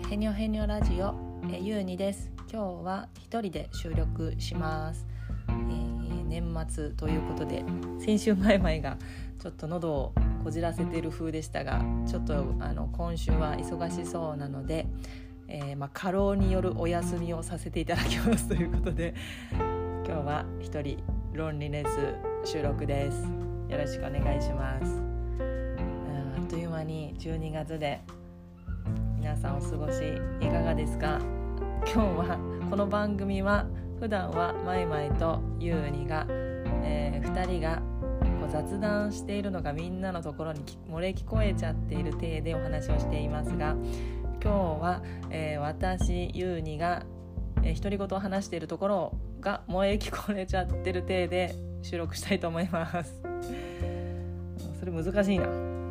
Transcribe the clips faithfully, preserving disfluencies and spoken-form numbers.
ヘニョヘニョラジオえゆうにです。今日は一人で収録します、えー、年末ということで先週前々がちょっと喉をこじらせている風でしたが、ちょっとあの今週は忙しそうなので、えーまあ、過労によるお休みをさせていただきますということで、今日は一人ロンリネス収録です。よろしくお願いします。あっという間にじゅうにがつで、皆さんお過ごしいかがですか？今日はこの番組は普段はマイマイとユーニが、えー、ふたりがこう雑談しているのがみんなのところに漏れ聞こえちゃっている体でお話をしていますが、今日は、えー、私ユーニが、えー、独り言を話しているところが漏れ聞こえちゃってる体で収録したいと思います。それ難しいな。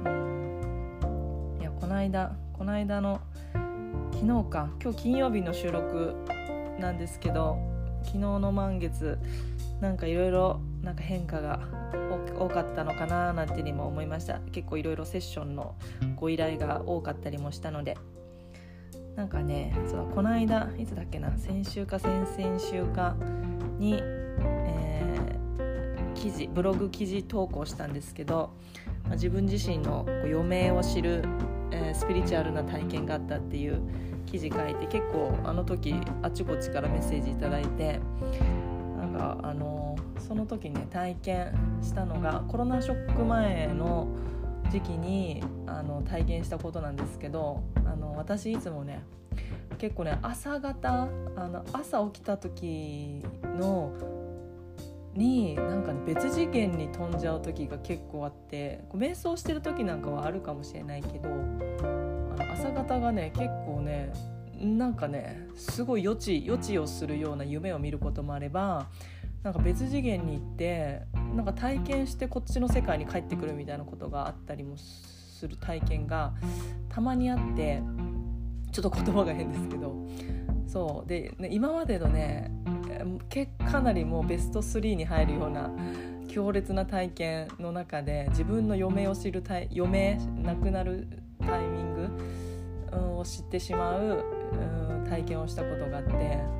いやこの間この間の昨日か今日金曜日の収録なんですけど、昨日の満月なんかいろいろなんか変化が多かったのかななんてにも思いました。結構いろいろセッションのご依頼が多かったりもしたので、なんかね、そうこの間いつだっけな、先週か先々週かに、えー、記事ブログ記事投稿したんですけど、まあ、自分自身のこう余命を知る、えー、スピリチュアルな体験があったっていう記事書いて、結構あの時あちこちからメッセージいただいて、なんかあのー、その時ね体験したのがコロナショック前の時期にあの体験したことなんですけど、あの私いつもね結構ね朝方あの朝起きた時のになんか、ね、別次元に飛んじゃう時が結構あって、こう瞑想してる時なんかはあるかもしれないけど、あの朝方がね結構ねなんかねすごい予知予知をするような夢を見ることもあれば、なんか別次元に行ってなんか体験してこっちの世界に帰ってくるみたいなことがあったりもする体験がたまにあって、ちょっと言葉が変ですけど、そうで、ね、今までのねかなりもうベストスリーに入るような強烈な体験の中で、自分の余命を知る余命亡くなるタイミング、うん、を知ってしまう、うん、体験をしたことがあって、うん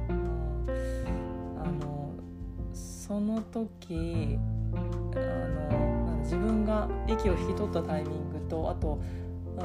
、あのその時あのなん自分が息を引き取ったタイミングと、あと、うん、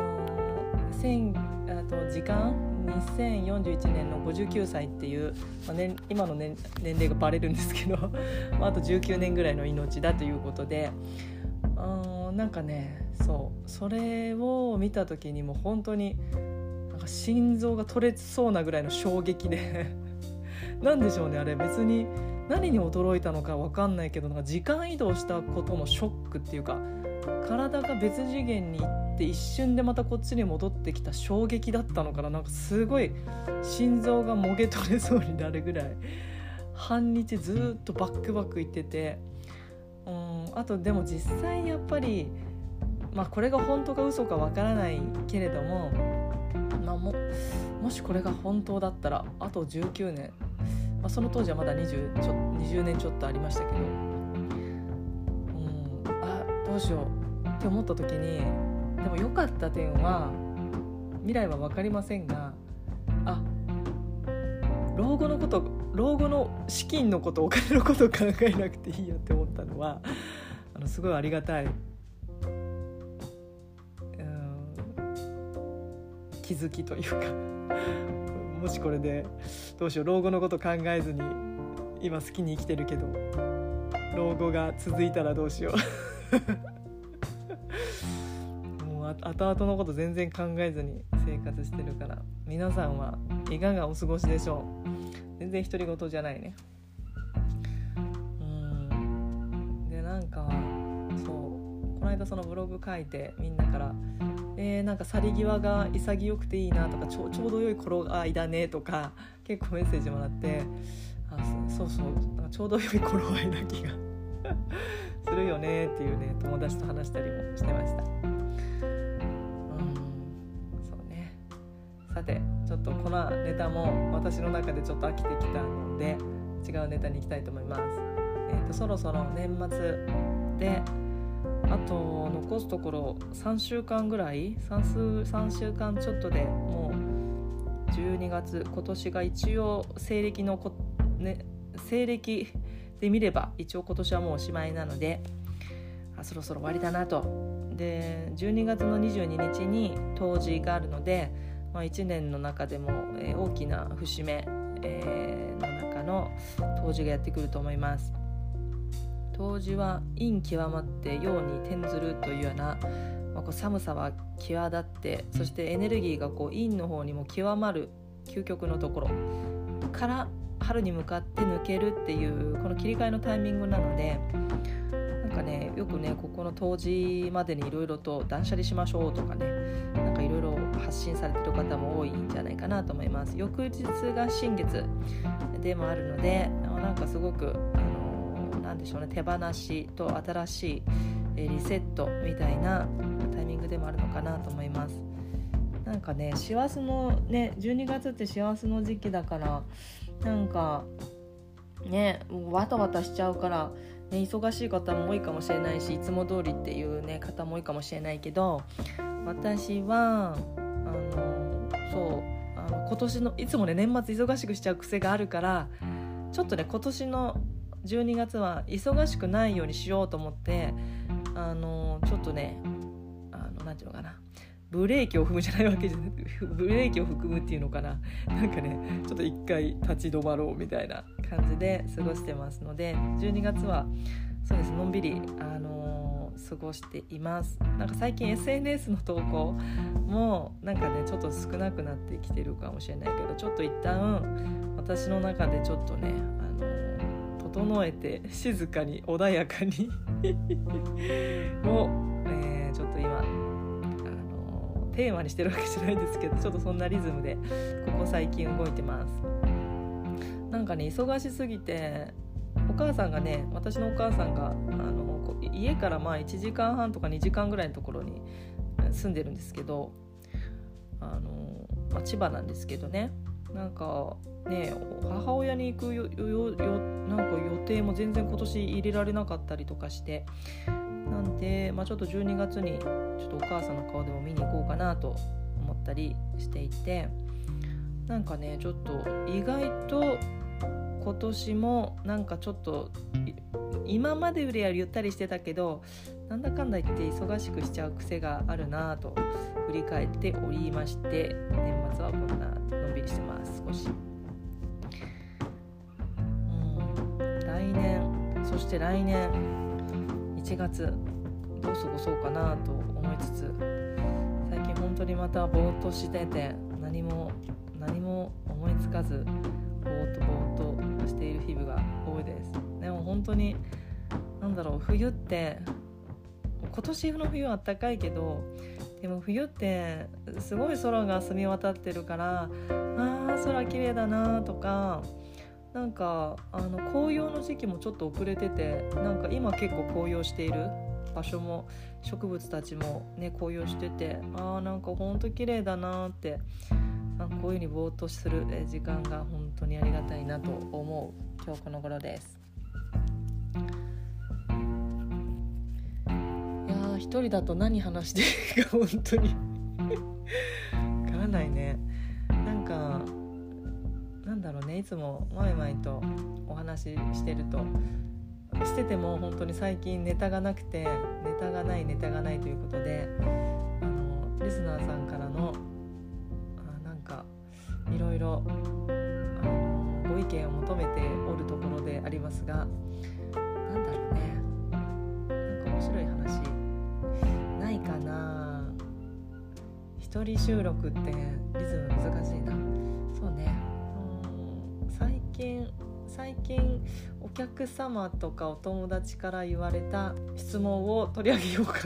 千あと時間にせんよんじゅういちねんのごじゅうきゅうさいっていう、まあね、今の、ね、年齢がバレるんですけどあとじゅうきゅうねんぐらいの命だということで、うん、なんかねそうそれを見た時にもう本当になんか心臓が取れそうなぐらいの衝撃でなんでしょうね、あれ別に何に驚いたのか分かんないけど、なんか時間移動したことのショックっていうか、体が別次元に行って一瞬でまたこっちに戻ってきた衝撃だったのかな。なんかすごい心臓がもげ取れそうになるぐらい半日ずっとバックバックいってて、うん、あとでも実際やっぱり、まあ、これが本当か嘘かわからないけれども、まあ、も, もしこれが本当だったらあとじゅうきゅうねん、まあ、その当時はまだ 20, ちょにじゅうねんちょっとありましたけど、うん、あどうしようって思った時に、でも良かった点は未来は分かりませんが、あ老後のこと老後の資金のことお金のことを考えなくていいよって思ったのはあのすごいありがたい、うん、気づきというかもしこれでどうしよう老後のこと考えずに今好きに生きてるけど老後が続いたらどうしよう後々のこと全然考えずに生活してるから、皆さんはいかがお過ごしでしょう。全然独り言じゃないね。うんでなんかそうこの間そのブログ書いてみんなからえー、なんか去り際が潔くていいなとか、ち ょ, ちょうど良い頃合いだねとか結構メッセージもらって、あそうそうなんかちょうど良い頃合いな気がするよねっていうね、友達と話したりもしてました。さてちょっとこのネタも私の中でちょっと飽きてきたので違うネタに行きたいと思います。えーと、そろそろ年末であと残すところさんしゅうかんぐらい 3, 数さんしゅうかんちょっとでもうじゅうにがつ、今年が一応西暦のこ、ね、西暦で見れば一応今年はもうおしまいなので、あそろそろ終わりだなと。でじゅうにがつのにじゅうににちに冬至があるので、まあ、いちねんの中でも、えー、大きな節目、えー、の中の冬至がやってくると思います。冬至は陰極まって陽に転ずるというような、まあ、こう寒さは際立って、そしてエネルギーがこう陰の方にも極まる究極のところから春に向かって抜けるっていうこの切り替えのタイミングなので、なんかね、よくねここの冬至までにいろいろと断捨離しましょうとかね、なんかいろいろ発信されてる方も多いんじゃないかなと思います。翌日が新月でもあるので、なんかすごくあのなんでしょうね、手放しと新しいリセットみたいなタイミングでもあるのかなと思います。なんかね、師走のね、じゅうにがつって師走の時期だから、なんかねわたわたしちゃうから、ね、忙しい方も多いかもしれないし、いつも通りっていう、ね、方も多いかもしれないけど、私はあのそうあの今年のいつもね年末忙しくしちゃう癖があるから、ちょっとね今年のじゅうにがつは忙しくないようにしようと思って、あのちょっとねあのなんていうのかな、ブレーキを踏むじゃないわけじゃなく、ブレーキを踏むっていうのかな、なんかねちょっと一回立ち止まろうみたいな感じで過ごしてますので、じゅうにがつはそうです、のんびり、あのー、過ごしています。なんか最近 エスエヌエス の投稿もなんかねちょっと少なくなってきてるかもしれないけど、ちょっと一旦私の中でちょっとね、あのー、整えて静かに穏やかにを、えー、ちょっと今テーマにしてるわけじゃないですけど、ちょっとそんなリズムでここ最近動いてます。なんかね忙しすぎて、お母さんがね私のお母さんがあの家からまあいちじかんはんとかにじかんぐらいのところに住んでるんですけど、あの、まあ、千葉なんですけどね、なんかね母親に行くよよよなんか予定も全然今年入れられなかったりとかして、なんで、まあ、ちょっとじゅうにがつにちょっとお母さんの顔でも見に行こうかなと思ったりしていて、なんかねちょっと意外と今年もなんかちょっと今までよりはゆったりしてたけど、なんだかんだ言って忙しくしちゃう癖があるなと振り返っておりまして、年末はこんなのんびりしてます少し。うん、来年、そして来年いちがつどう過ごそうかなと思いつつ、最近本当にまたぼーっとしてて、何も何も思いつかずぼーっとぼーっとしている日々が多いです。でも本当になんだろう、冬って今年の冬は暖かいけど、でも冬ってすごい空が澄み渡ってるから、あー空綺麗だなとか、なんかあの紅葉の時期もちょっと遅れてて、なんか今結構紅葉している場所も植物たちもね紅葉してて、あーなんかほんと綺麗だなって、なんかこういう風にぼーっとする時間が本当にありがたいなと思う今日この頃です。いやー一人だと何話していいか本当にわからないね。なんかなんだろうね、いつもまいまいとお話ししてるとしてても本当に最近ネタがなくて、ネタがないネタがないということで、あのリスナーさんからのあなんかいろいろあのご意見を求めておるところでありますが、なんだろうね、なんか面白い話ないかな。一人収録ってリズム難しいな。そうね、うん、最近最近お客様とかお友達から言われた質問を取り上げようか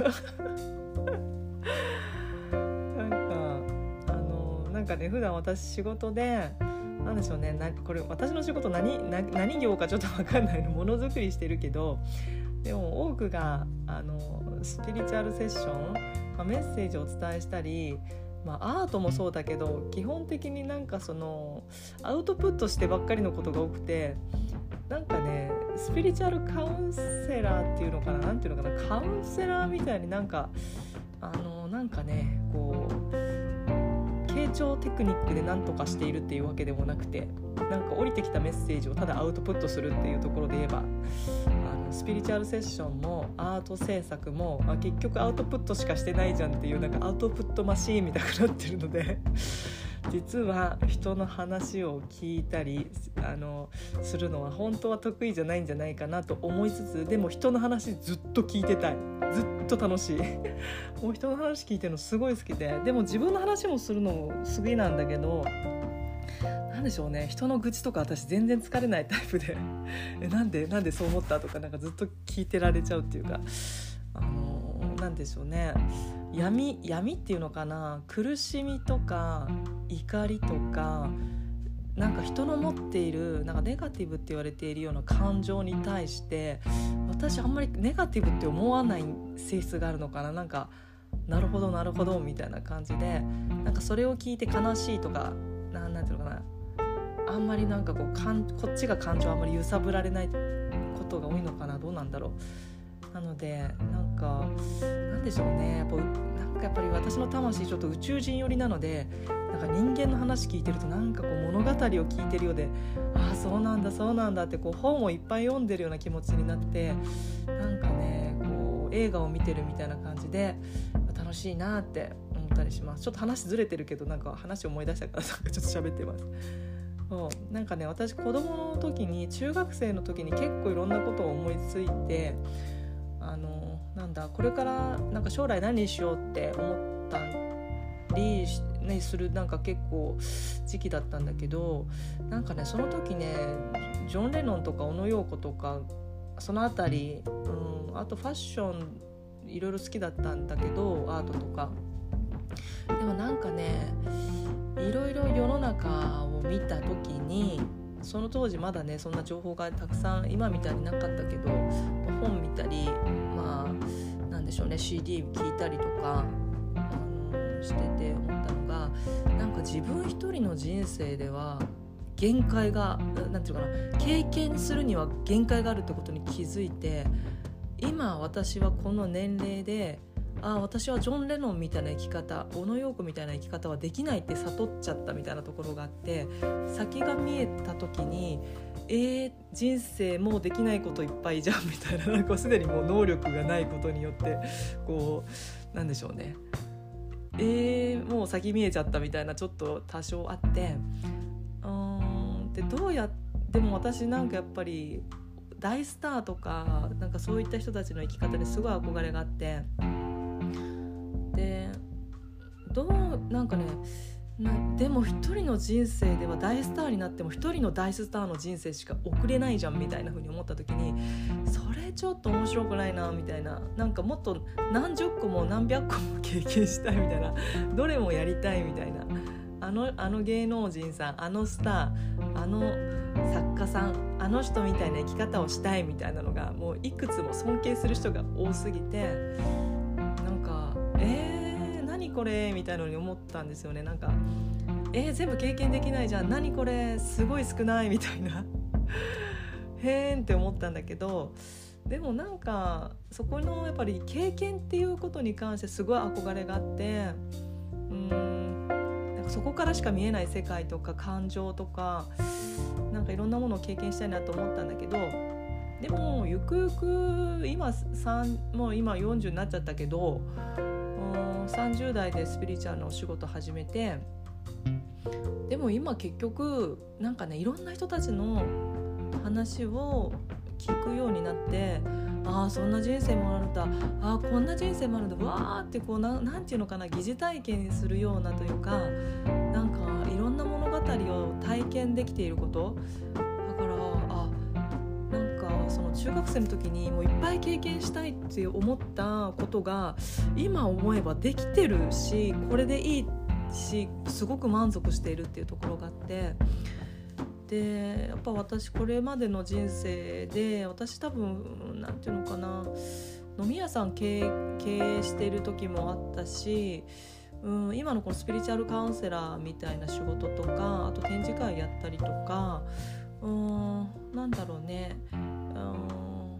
なんかあのなんかね、普段私仕事でなんでしょうね、なこれ私の仕事 何, 何, 何業かちょっと分かんないの、ものづくりしてるけど、でも多くがあのスピリチュアルセッション、まあ、メッセージをお伝えしたり、まあ、アートもそうだけど基本的になんかそのアウトプットしてばっかりのことが多くて、なんかねスピリチュアルカウンセラーっていうのかな、なんていうのかな、カウンセラーみたいになんかあのなんかねこう継成長テクニックで何とかしているっていうわけでもなくて、なんか降りてきたメッセージをただアウトプットするっていうところで言えば、あのスピリチュアルセッションもアート制作も、まあ、結局アウトプットしかしてないじゃんっていう、なんかアウトプットマシーンみたいになってるので実は人の話を聞いたりあのするのは本当は得意じゃないんじゃないかなと思いつつ、でも人の話ずっと聞いてたい、ずっと楽しいもう人の話聞いてるのすごい好きで、でも自分の話もするのも好きなんだけど、なんでしょうね、人の愚痴とか私全然疲れないタイプでえなんでなんでそう思ったとか、なんかずっと聞いてられちゃうっていうか、あのなんでしょうね、闇闇っていうのかな、苦しみとか怒りとか、なんか人の持っているなんかネガティブって言われているような感情に対して私あんまりネガティブって思わない性質があるのかな、なんかなるほどなるほどみたいな感じで、なんかそれを聞いて悲しいとかな ん, なんていうのかな、あんまりなんかこうかんこっちが感情あんまり揺さぶられないことが多いのかな、どうなんだろう。なのでなんかなんでしょうね、やっぱなんかやっぱり私の魂ちょっと宇宙人寄りなので、なんか人間の話聞いてるとなんかこう物語を聞いてるようで、ああそうなんだそうなんだってこう本をいっぱい読んでるような気持ちになって、なんかねこう映画を見てるみたいな感じで楽しいなって思ったりします。ちょっと話ずれてるけど、なんか話思い出したからなんかちょっと喋ってます。そうなんかね、私子供の時に中学生の時に結構いろんなことを思いついて、あのなんだこれからなんか将来何にしようって思ったり、ね、するなんか結構時期だったんだけど、なんかねその時ねジョン・レノンとか小野陽子とかそのあたり、うん、あとファッションいろいろ好きだったんだけど、アートとかでもなんかねいろいろ世の中を見た時に、その当時まだねそんな情報がたくさん今みたいになかったけど、本見たりまあなんでしょうね シーディー 聞いたりとかあのしてて思ったのが、なんか自分一人の人生では限界がなんていうかな、経験するには限界があるってことに気づいて、今私はこの年齢であ私はジョン・レノンみたいな生き方、小野陽子みたいな生き方はできないって悟っちゃったみたいなところがあって、先が見えた時にえー、人生もうできないこといっぱいじゃんみたいな、なんかすでにもう能力がないことによってこうなんでしょうね、えー、もう先見えちゃったみたいなちょっと多少あって、うーんでどうやっても私なんかやっぱり大スターとかなんかそういった人たちの生き方にすごい憧れがあって、でどうなんかねなでも一人の人生では大スターになっても一人の大スターの人生しか送れないじゃんみたいな風に思った時に、それちょっと面白くないなみたいな、なんかもっと何十個も何百個も経験したいみたいな、どれもやりたいみたいな、あの、あの芸能人さん、あのスター、あの作家さん、あの人みたいな生き方をしたいみたいなのがもういくつも尊敬する人が多すぎて、なんかえー何これみたいなのに思ったんですよね。なんかえー、全部経験できないじゃん、何これすごい少ないみたいなへーんって思ったんだけど、でもなんかそこのやっぱり経験っていうことに関してすごい憧れがあって、うーんなんかそこからしか見えない世界とか感情とかなんかいろんなものを経験したいなと思ったんだけど、でもゆくゆく今さんもう今よんじゅうになっちゃったけど、さんじゅう代でスピリチュアルのお仕事始めて、でも今結局なんかねいろんな人たちの話を聞くようになって、ああそんな人生もあるんだ、ああこんな人生もあるんだ、わーってこう な, なんていうのかな、疑似体験するようなというか、なんかいろんな物語を体験できていること、だからあなんかその中学生の時にもういっぱい経験したいって思ったことが今思えばできてるし、これでいいしすごく満足しているっていうところがあって、でやっぱ私これまでの人生で私多分なんていうのかな、飲み屋さん経営、経営している時もあったし、うん、今のこのスピリチュアルカウンセラーみたいな仕事とか、あと展示会やったりとか、うんなんだろうね、うんなんか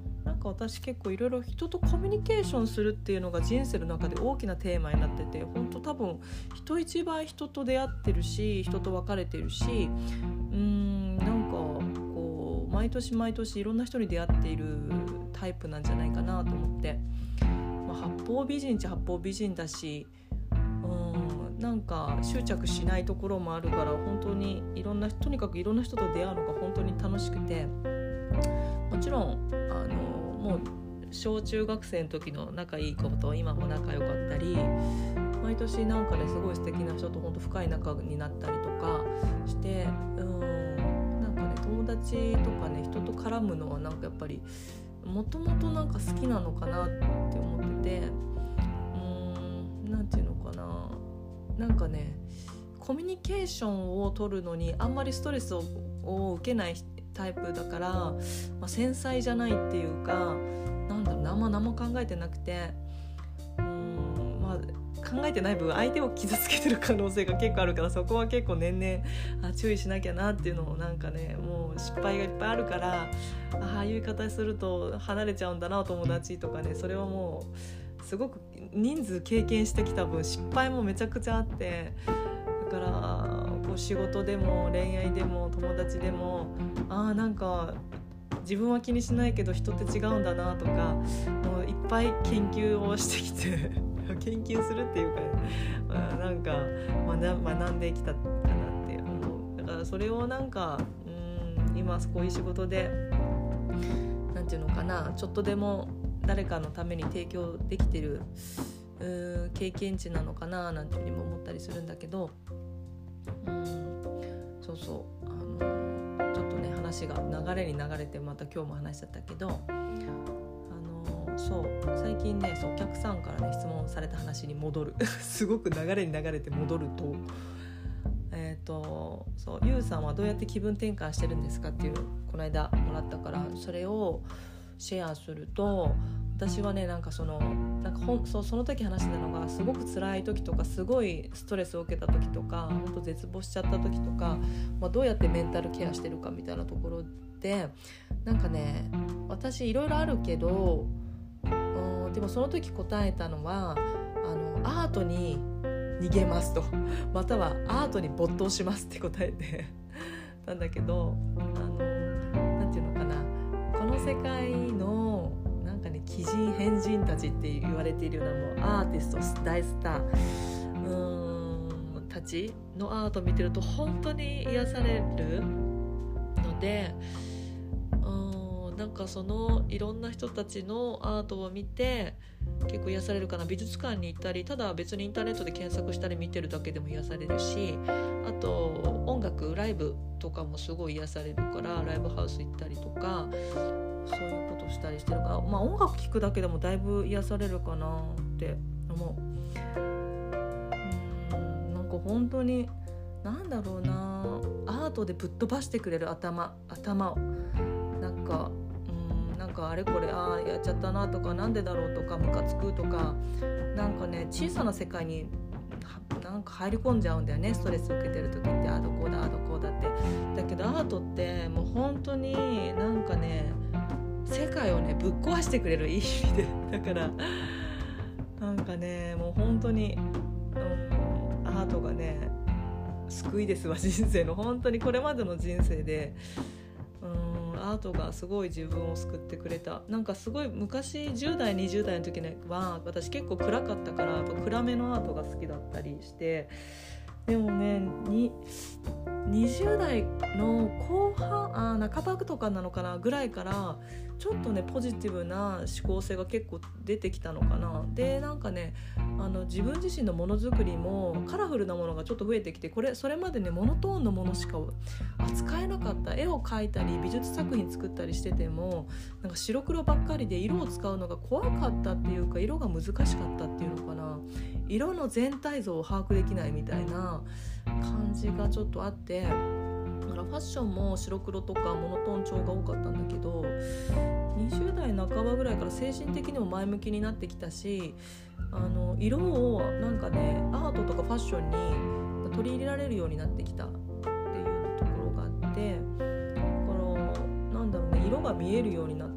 か私結構いろいろ人とコミュニケーションするっていうのが人生の中で大きなテーマになってて、本当多分人一倍人と出会ってるし、人と別れてるし、うーんなんかこう毎年毎年いろんな人に出会っているタイプなんじゃないかなと思って、まあ、八方美人っちゃ八方美人だし、うんなんか執着しないところもあるから、本当にいろんなとにかくいろんな人と出会うのが本当に楽しくて、もちろんあのもう小中学生の時の仲いい子と今も仲良かったり、毎年なんかねすごい素敵な人と本当深い仲になったりとかして、うんなんかね友達とかね人と絡むのはなんかやっぱりもともとなんか好きなのかなって思ってて、うーんなんていうのかな、なんかねコミュニケーションを取るのにあんまりストレスを、を受けないタイプだから、まあ、繊細じゃないっていうか、なんだろうな、あんま何も考えてなくて、うーんまあ考えてない分相手を傷つけてる可能性が結構あるから、そこは結構年々あ注意しなきゃなっていうのをなんかねもう失敗がいっぱいあるから、ああいう言い方すると離れちゃうんだな友達とかね、それはもうすごく人数経験してきた分失敗もめちゃくちゃあって、だからこう仕事でも恋愛でも友達でも、ああなんか自分は気にしないけど人って違うんだなとか、もういっぱい研究をしてきて研究するっていうか、まあ、なんか学, 学んできたかなって思う。だからそれをなんかうーん今こういう仕事でなんていうのかな、ちょっとでも誰かのために提供できてるうーん経験値なのかななんていうふうにも思ったりするんだけど、うーんそうそうあのちょっとね話が流れに流れてまた今日も話しちゃったけど、あのそう最近ねそうお客さんからね質問された話に戻るすごく流れに流れて戻ると、えーとそうゆうさんはどうやって気分転換してるんですかっていうのをこの間もらったから、それをシェアすると、私はねなんかそのなんかほん そ, その時話したのが、すごく辛い時とかすごいストレスを受けた時とか本当絶望しちゃった時とか、まあ、どうやってメンタルケアしてるかみたいなところで、なんかね私いろいろあるけど、うんでもその時答えたのはあのアートに逃げますとまたはアートに没頭しますって答えてなんだけど、あのなんていうのかな、この世界のなんかね奇人変人たちって言われているようなもうアーティスト大スターうーんたちのアートを見てると本当に癒されるので、うーんなんかそのいろんな人たちのアートを見て結構癒されるかな。美術館に行ったり、ただ別にインターネットで検索したり見てるだけでも癒されるし、あと音楽ライブとかもすごい癒されるからライブハウス行ったりとかそういうことしたりしてるから、まあ音楽聴くだけでもだいぶ癒されるかなって思う。うーんなんか本当になんだろうな、アートでぶっ飛ばしてくれる頭頭をなんかなんかあれこれああやっちゃったなとか、なんでだろうとかムカつくとか、なんかね小さな世界になんか入り込んじゃうんだよね、ストレスを受けてる時って。ああどこだあどこだって。だけどアートってもう本当になんかね世界をねぶっ壊してくれる、いい意味で。だからなんかねもう本当に、うん、アートがね救いですわ、人生の。本当にこれまでの人生でアートがすごい自分を救ってくれた。なんかすごい昔じゅう代にじゅう代の時は私結構暗かったからやっぱ暗めのアートが好きだったりして、でもねににじゅう代の後半あ半ばとかなのかなぐらいからちょっとねポジティブな思考性が結構出てきたのかな。でなんかねあの自分自身のものづくりもカラフルなものがちょっと増えてきて、これそれまでねモノトーンのものしか扱えなかった。絵を描いたり美術作品作ったりしててもなんか白黒ばっかりで色を使うのが怖かったっていうか、色が難しかったっていうのかな、色の全体像を把握できないみたいな感じがちょっとあって、だからファッションも白黒とかモノトーン調が多かったんだけど、にじゅう代半ばぐらいから精神的にも前向きになってきたし、あの色をなんかねアートとかファッションに取り入れられるようになってきたっていうところがあって、このなんだろうね色が見えるようになったっていう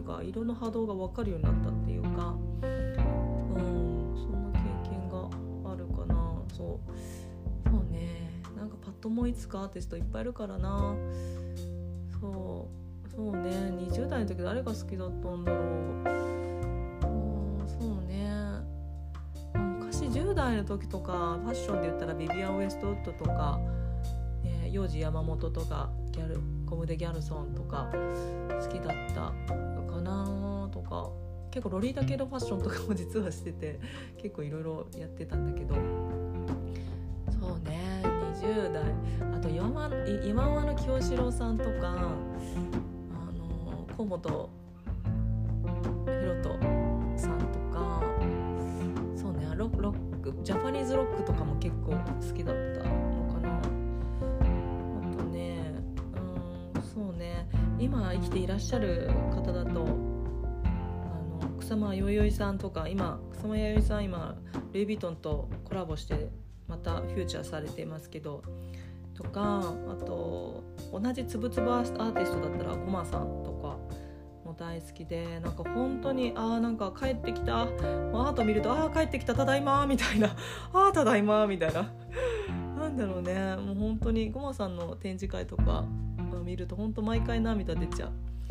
か色の波動が分かるようになったっていうか、うん、そんな経験があるかな。そうそうね、なんかパッと思いつくアーティストいっぱいいるからな。そうそうね、にじゅう代の時誰が好きだったんだろう。うんそうね、昔じゅう代の時とかファッションで言ったらビビアン・ウエストウッドとか、ね、幼児山本とかギャルコムデ・ギャルソンとか好きだったかなとか、結構ロリータ系のファッションとかも実はしてて結構いろいろやってたんだけど、そうねにじゅう代、あと今今和の清志郎さんとか、あの河本大翔さんとか、そうねロックジャパニーズロックとかも結構好きだったのかな。あとね、うんそうね、今生きていらっしゃる方だとあの草間彌生さんとか、今草間彌生さん今ルイ・ヴィトンとコラボしてまたフューチャーされてますけどとか、あと同じつぶつぶアーティストだったらゴマさんとかも大好きで、なんか本当にあーなんか帰ってきた、アート見るとあー帰ってきたただいまみたいなあーただいまみたいななんだろうね、もう本当にゴマさんの展示会とか見ると本当毎回涙出ちゃう。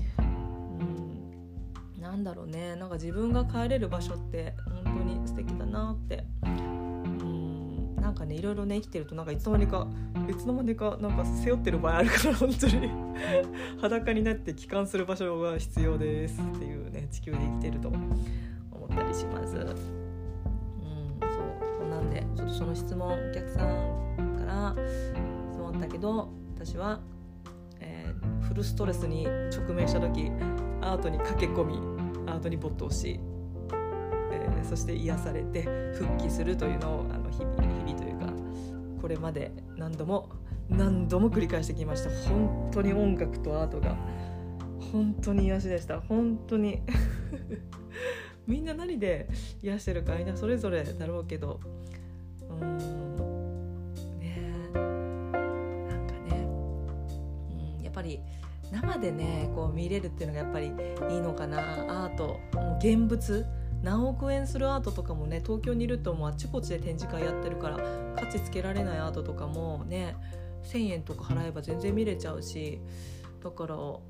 うんなんだろうね、なんか自分が帰れる場所って本当に素敵だなってなんかね、いろいろね生きてるとなんかいつの間にかいつの間にかなんか背負ってる場合あるから本当に裸になって帰還する場所が必要ですっていうね、地球で生きてると思ったりします。うん、そうなんでちょっとその質問お客さんから質問あったけど、私は、えー、フルストレスに直面した時アートに駆け込みアートに没頭し、そして癒されて復帰するというのをあの日々、日々というかこれまで何度も何度も繰り返してきました。本当に音楽とアートが本当に癒しでした。本当にみんな何で癒してるかみんなそれぞれだろうけど、うーんねなんかね、うん、やっぱり生でねこう見れるっていうのがやっぱりいいのかな。アートもう現物何億円するアートとかもね、東京にいるともうあっちこっちで展示会やってるから価値つけられないアートとかもねせんえんとか払えば全然見れちゃうし、だから、うん、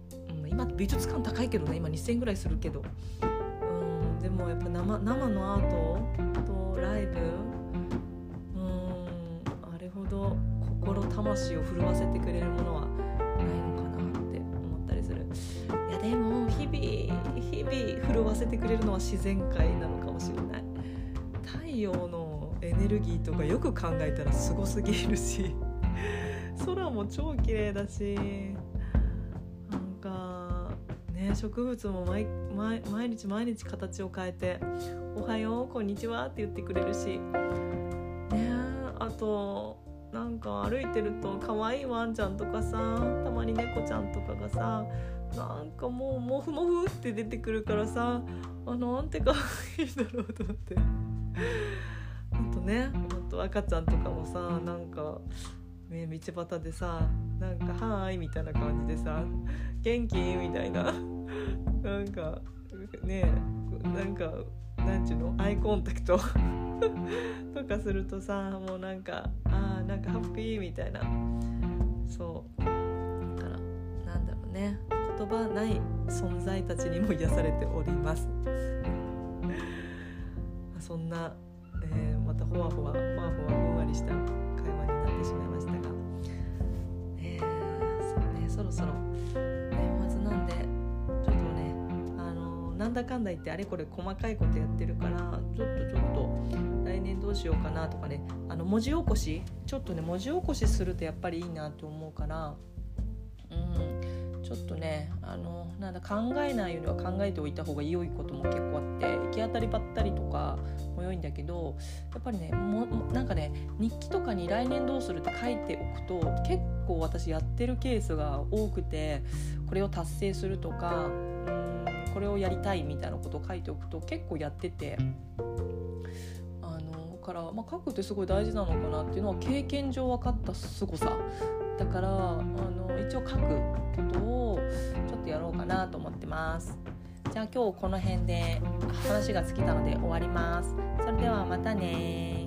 今美術館高いけどね、今にせんえんぐらいするけど、うん、でもやっぱ 生, 生のアートとライブ、うん、あれほど心魂を震わせてくれるものはないのかなって思ったりする。いやでも日々日々震わせてくれるのは自然界なのかもしれない。太陽のエネルギーとかよく考えたらすごすぎるし空も超綺麗だし、なんかね植物も 毎, 毎, 毎日毎日形を変えておはようこんにちはって言ってくれるしね。あとなんか歩いてると可愛いワンちゃんとかさ、たまに猫ちゃんとかがさなんかもうモフモフって出てくるからさ、あなんて可愛いんだろうと思ってあとね、あと赤ちゃんとかもさなんか、ね、道端でさなんかはーいみたいな感じでさ元気みたいななんかねなんかなんちゅうのアイコンタクトとかするとさもうなんかあーなんかハッピーみたいな、そうだからなんだろうね、言葉ない存在たちにも癒されておりますそんな、えー、またほわほわほわほわふんわりした会話になってしまいましたが、えー、そうねそろそろ年末なんでちょっとねあのー、なんだかんだ言ってあれこれ細かいことやってるからちょっとちょっと来年どうしようかなとかね、あの文字起こしちょっとね文字起こしするとやっぱりいいなと思うから、うんちょっとねあのなんだ考えないよりは考えておいた方が良いことも結構あって、行き当たりばったりとかも良いんだけど、やっぱりねもなんかね日記とかに来年どうするって書いておくと結構私やってるケースが多くて、これを達成するとかうんこれをやりたいみたいなことを書いておくと結構やってて、あのから、まあ、書くってすごい大事なのかなっていうのは経験上分かったすごさだから、あの一応書くことをちょっとやろうかなと思ってます。 じゃあ今日この辺で話が尽きたので終わります。それではまたね。